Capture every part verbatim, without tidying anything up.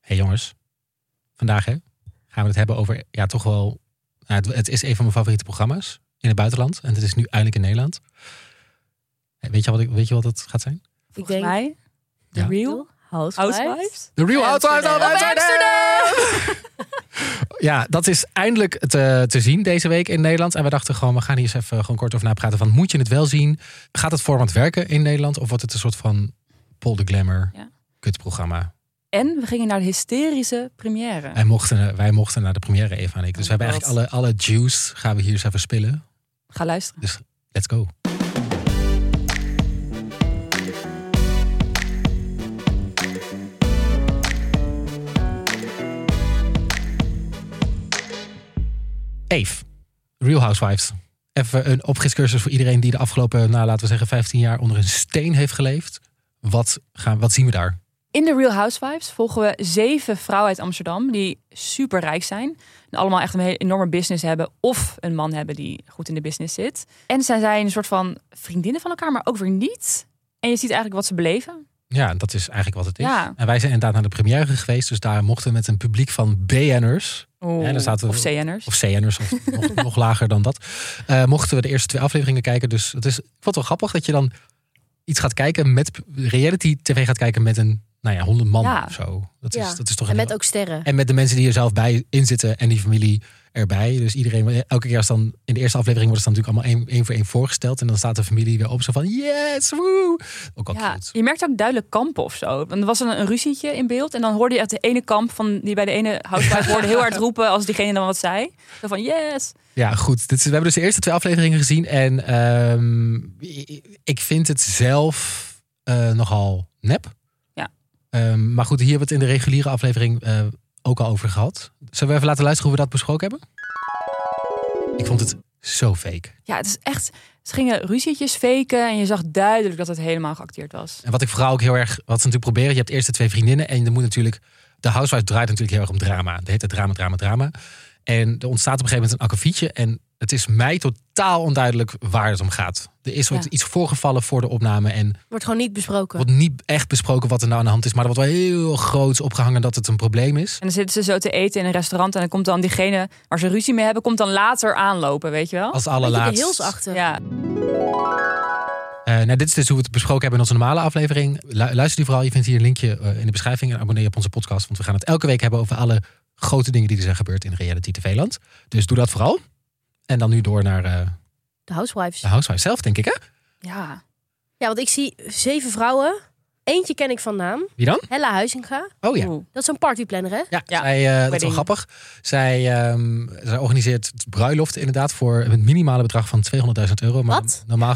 Hey jongens, vandaag hè, gaan we het hebben over, ja toch wel, nou, het, het is een van mijn favoriete programma's in het buitenland. En het is nu eindelijk in Nederland. Weet je wat, ik, weet je wat het gaat zijn? Ik denk mij, The ja. Real Housewives. Housewives? The Real Housewives of Amsterdam! Ja, dat is eindelijk te, te zien deze week in Nederland. En we dachten gewoon, we gaan hier eens even gewoon kort over napraten van, moet je het wel zien? Gaat het format werken in Nederland? Of wordt het een soort van Paul de Glamour ja. kutprogramma? En we gingen naar de hysterische première. Wij mochten, wij mochten naar de première, Eva en ik. Dus oh, we hebben eigenlijk alle, alle juice gaan we hier eens even spillen. Ga luisteren. Dus let's go. Eve, Real Housewives. Even een opfriscursus voor iedereen die de afgelopen, nou, laten we zeggen, vijftien jaar onder een steen heeft geleefd. Wat, gaan, wat zien we daar? In de Real Housewives volgen we zeven vrouwen uit Amsterdam die super rijk zijn. En allemaal echt een hele enorme business hebben. Of een man hebben die goed in de business zit. En zij zijn een soort van vriendinnen van elkaar, maar ook weer niet. En je ziet eigenlijk wat ze beleven. Ja, dat is eigenlijk wat het is. Ja. En wij zijn inderdaad naar de première geweest. Dus daar mochten we met een publiek van B N'ers. Oh, ja, zaten we, of C N'ers. Of C N'ers, of nog, nog lager dan dat. Uh, mochten we de eerste twee afleveringen kijken. Dus het is, ik vond het wel grappig dat je dan iets gaat kijken met reality tv gaat kijken met een, nou ja, honderd man ja. of zo. Dat is, ja. dat is toch en een, met ook sterren. En met de mensen die er zelf bij in zitten en die familie erbij. Dus iedereen, elke keer als dan in de eerste aflevering wordt het dan natuurlijk allemaal één, één voor één voorgesteld. En dan staat de familie weer op zo van yes, woe. Ook al ja, cute. Je merkt ook duidelijk kampen of zo. Want er was een, een ruzietje in beeld. En dan hoorde je uit de ene kamp van die bij de ene housewife hoorde heel hard roepen als diegene dan wat zei. Zo van yes. Ja, goed. Dit is, we hebben dus de eerste twee afleveringen gezien. En um, ik vind het zelf uh, nogal nep. Ja. Um, maar goed, hier hebben we het in de reguliere aflevering uh, ook al over gehad. Zullen we even laten luisteren hoe we dat besproken hebben? Ik vond het zo fake. Ja, het is echt. Ze gingen ruzietjes faken en je zag duidelijk dat het helemaal geacteerd was. En wat ik vooral ook heel erg, wat ze natuurlijk proberen, je hebt eerst de twee vriendinnen en er moet natuurlijk, de housewife draait natuurlijk heel erg om drama. De heet het drama, drama, drama. En er ontstaat op een gegeven moment een akkefietje en het is mij totaal onduidelijk waar het om gaat. Er is ja. iets voorgevallen voor de opname en wordt gewoon niet besproken. Wordt niet echt besproken wat er nou aan de hand is, maar er wordt wel heel groots opgehangen dat het een probleem is. En dan zitten ze zo te eten in een restaurant en dan komt dan diegene waar ze ruzie mee hebben, komt dan later aanlopen, weet je wel? Als allerlaatst. Heel achter. Ja. Uh, nou, dit is dus hoe we het besproken hebben in onze normale aflevering. Lu- luister die vooral, je vindt hier een linkje uh, in de beschrijving en abonneer je op onze podcast, want we gaan het elke week hebben over alle grote dingen die er zijn gebeurd in reality tv-land. Dus doe dat vooral. En dan nu door naar uh, de Housewives. De Housewives zelf, denk ik, hè? Ja. Ja, want ik zie zeven vrouwen. Eentje ken ik van naam. Wie dan? Hella Huizinga. Oh ja. Dat is zo'n partyplanner, hè? Ja, ja. Zij, uh, dat is wel grappig. Zij, um, zij organiseert bruiloften inderdaad voor een minimale bedrag van tweehonderdduizend euro. Maar Wat? Normaal...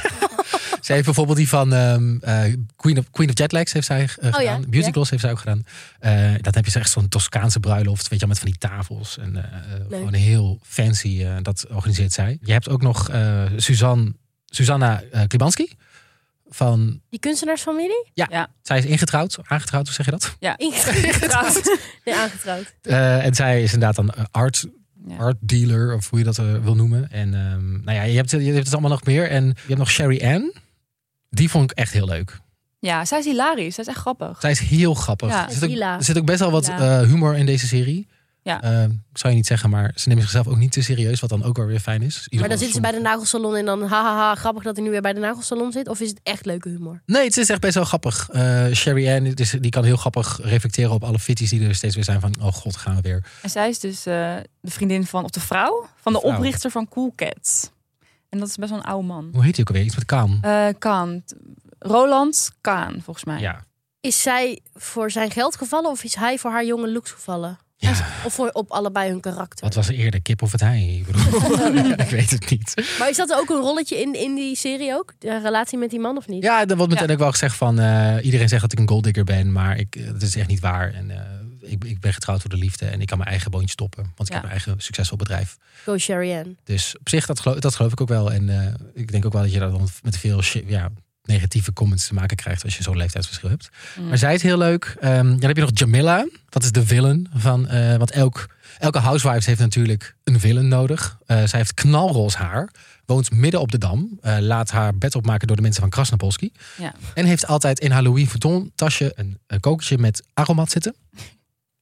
Zij heeft bijvoorbeeld die van um, uh, Queen, of, Queen of Jetlags heeft zij uh, oh, gedaan. Ja? Beauty ja. Gloss heeft zij ook gedaan. Uh, dat heb je echt zo'n Toscaanse bruiloft, weet je wel, met van die tafels. En uh, gewoon heel fancy, uh, dat organiseert zij. Je hebt ook nog uh, Suzanne, Susanna uh, Klibanski. Van... Die kunstenaarsfamilie? Ja, ja, zij is ingetrouwd. Aangetrouwd, hoe zeg je dat? Ja, ingetrouwd. Nee, aangetrouwd. Uh, en zij is inderdaad dan art... Ja. Art dealer, of hoe je dat uh, wil noemen. En um, nou ja, je hebt, je hebt het allemaal nog meer. En je hebt nog Sherry Ann. Die vond ik echt heel leuk. Ja, zij is hilarisch. Zij is echt grappig. Zij is heel grappig. Ja. Er, zit ook, er zit ook best wel wat uh, humor in deze serie. Ja. Uh, ik zou je niet zeggen, maar ze nemen zichzelf ook niet te serieus. Wat dan ook wel weer fijn is. Maar dan zitten ze bij de nagelsalon en dan hahaha, grappig dat hij nu weer bij de nagelsalon zit. Of is het echt leuke humor? Nee, het is echt best wel grappig. Uh, Sherry Ann, die, die kan heel grappig reflecteren op alle fitties die er steeds weer zijn van, oh god, gaan we weer. En zij is dus uh, de vriendin van, of de vrouw, van de, de vrouw. oprichter van Cool Cats. En dat is best wel een oude man. Hoe heet hij ook alweer? Iets met Kaan? Uh, Kaan. Roland Kaan, volgens mij. Ja. Is zij voor zijn geld gevallen of is hij voor haar jonge looks gevallen? Ja. Of voor op allebei hun karakter? Wat was er eerder, kip of het hij? Ik bedoel, ik weet het niet. Maar is dat ook een rolletje in, in die serie ook? De relatie met die man of niet? Ja, er wordt meteen ja. ook wel gezegd van... Uh, iedereen zegt dat ik een golddigger ben, maar ik, dat is echt niet waar. En uh, ik, ik ben getrouwd voor de liefde en ik kan mijn eigen boontje stoppen. Want ik ja. heb mijn eigen succesvol bedrijf. Go Sherry Ann. Dus op zich, dat geloof, dat geloof ik ook wel. En uh, ik denk ook wel dat je daar dan met veel ja, negatieve comments te maken krijgt als je zo'n leeftijdsverschil hebt. Mm. Maar zij is heel leuk. Um, ja, dan heb je nog Jamila. Dat is de villain van... Uh, want elk, elke housewife heeft natuurlijk een villain nodig. Uh, zij heeft knalroze haar. Woont midden op de Dam. Uh, laat haar bed opmaken door de mensen van Krasnopolski. Ja. En heeft altijd in haar Louis Vuitton tasje een, een kokertje met aromat zitten.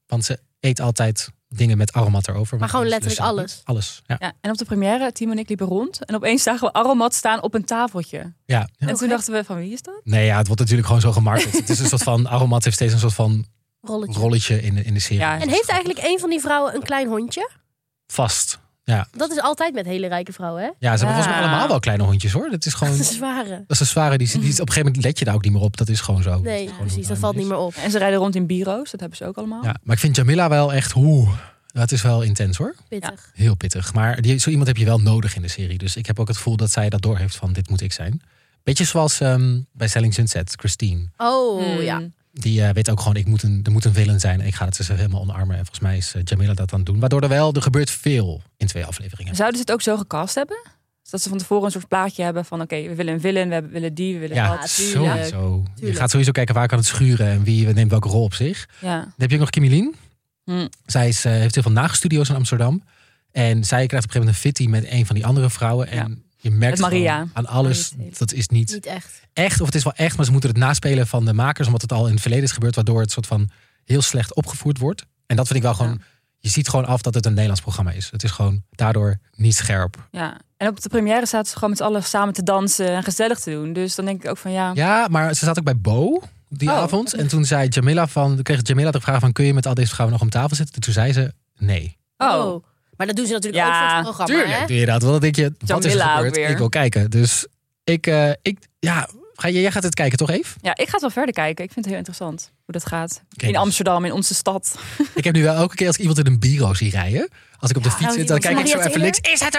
Want ze eet altijd dingen met aromat erover. Maar gewoon Dus letterlijk ze- alles? Alles, ja. Ja, en op de première, Timo en ik liepen rond. En opeens zagen we Aromat staan op een tafeltje. ja. ja. En Oh, toen dachten we, van wie is dat? Nee, ja, het wordt natuurlijk gewoon zo gemarket. Het is een soort van, aromat heeft steeds een soort van Rolletje. rolletje in de, in de serie. Ja. En heeft eigenlijk een van die vrouwen een klein hondje? Vast. Ja, Dat is altijd met hele rijke vrouwen, hè? ja ze hebben Ja. volgens mij allemaal wel kleine hondjes hoor. Dat is gewoon, Dat dat is zware. is een zware, die, die, op een gegeven moment let je daar ook niet meer op. Dat is gewoon zo. Nee, Gewoon precies. hoe Dat het valt is. niet meer op. En ze rijden rond in bureaus, dat hebben ze ook allemaal. Ja, maar ik vind Jamila wel echt, oeh, dat is wel intens hoor. Pittig. Heel pittig. Maar die, zo iemand heb je wel nodig in de serie. Dus ik heb ook het gevoel dat zij dat doorheeft van dit moet ik zijn. Beetje zoals um, bij Selling Sunset, Christine. Oh, Hmm. ja. Die uh, weet ook gewoon, ik moet een, er moet een villain zijn. En ik ga het dus helemaal omarmen. En volgens mij is uh, Jamila dat aan het doen. Waardoor er wel, er gebeurt veel in twee afleveringen. Zouden ze het ook zo gecast hebben? Dus dat ze van tevoren een soort plaatje hebben van... oké, we willen een villain, we willen die, we willen Ja, dat. sowieso. Je Tuurlijk. gaat sowieso kijken waar kan het schuren en wie neemt welke rol op zich. Ja. Dan heb je ook nog Kimi Lien. Hm. Zij is, uh, heeft heel veel nagestudio's in Amsterdam. En zij krijgt op een gegeven moment een fitty met een van die andere vrouwen. En Ja. je merkt Met Maria. gewoon aan alles, Maria dat is niet, Niet echt. echt. Of het is wel echt, maar ze moeten het naspelen van de makers. Omdat het al in het verleden is gebeurd. Waardoor het soort van heel slecht opgevoerd wordt. En dat vind ik wel gewoon... Ja. Je ziet gewoon af dat het een Nederlands programma is. Het is gewoon daardoor niet scherp. Ja. En op de première zaten ze gewoon met z'n allen samen te dansen en gezellig te doen. Dus dan denk ik ook van ja... Ja, maar ze zat ook bij Bo die Oh. avond. En toen zei Jamila van... Toen kreeg Jamila de vraag van... Kun je met al deze vrouwen nog om tafel zitten? En toen zei ze nee. Oh. Maar dat doen ze natuurlijk Ja, ook voor het programma, Tuurlijk hè? doe je dat. Want dan denk je, wat is er Jamila ook gebeurd? weer. Ik wil kijken. Dus ik... Uh, ik ja, ga je, jij gaat het kijken toch, Eve? Ja, ik ga het wel verder kijken. Ik vind het heel interessant hoe dat gaat. Oké, in dus- Amsterdam, in onze stad. Ik heb nu wel elke keer als ik iemand in een bureau zie rijden... Als ik op de Ja, fiets nou, zit, dan die kijk ik zo Maria even links. Is het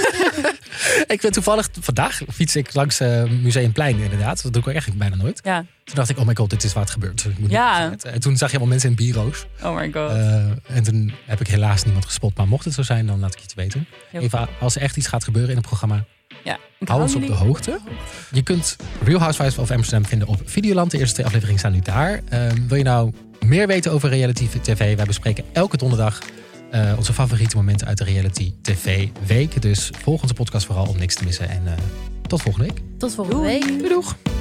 er? Ik ben toevallig... Vandaag fiets ik langs uh, Museumplein inderdaad. Dat doe ik eigenlijk bijna nooit. Ja. Toen dacht ik, oh my god, dit is waar het gebeurt. Dus ik moet Ja. niet opzetten. En toen zag je allemaal mensen in bureaus. Oh my god. Uh, en toen heb ik helaas niemand gespot. Maar mocht het zo zijn, dan laat ik je het weten. Heel Eva, als er echt iets gaat gebeuren in het programma... ja. Ik hou hou ons op de jullie- hoogte. Je kunt Real Housewives of Amsterdam vinden op Videoland. De eerste twee afleveringen staan nu daar. Um, wil je nou meer weten over reality tv? Wij bespreken elke donderdag uh, onze favoriete momenten uit de reality tv week. Dus volg onze podcast vooral om niks te missen. En uh, tot volgende week. Tot volgende Doei. week. Doei doeg!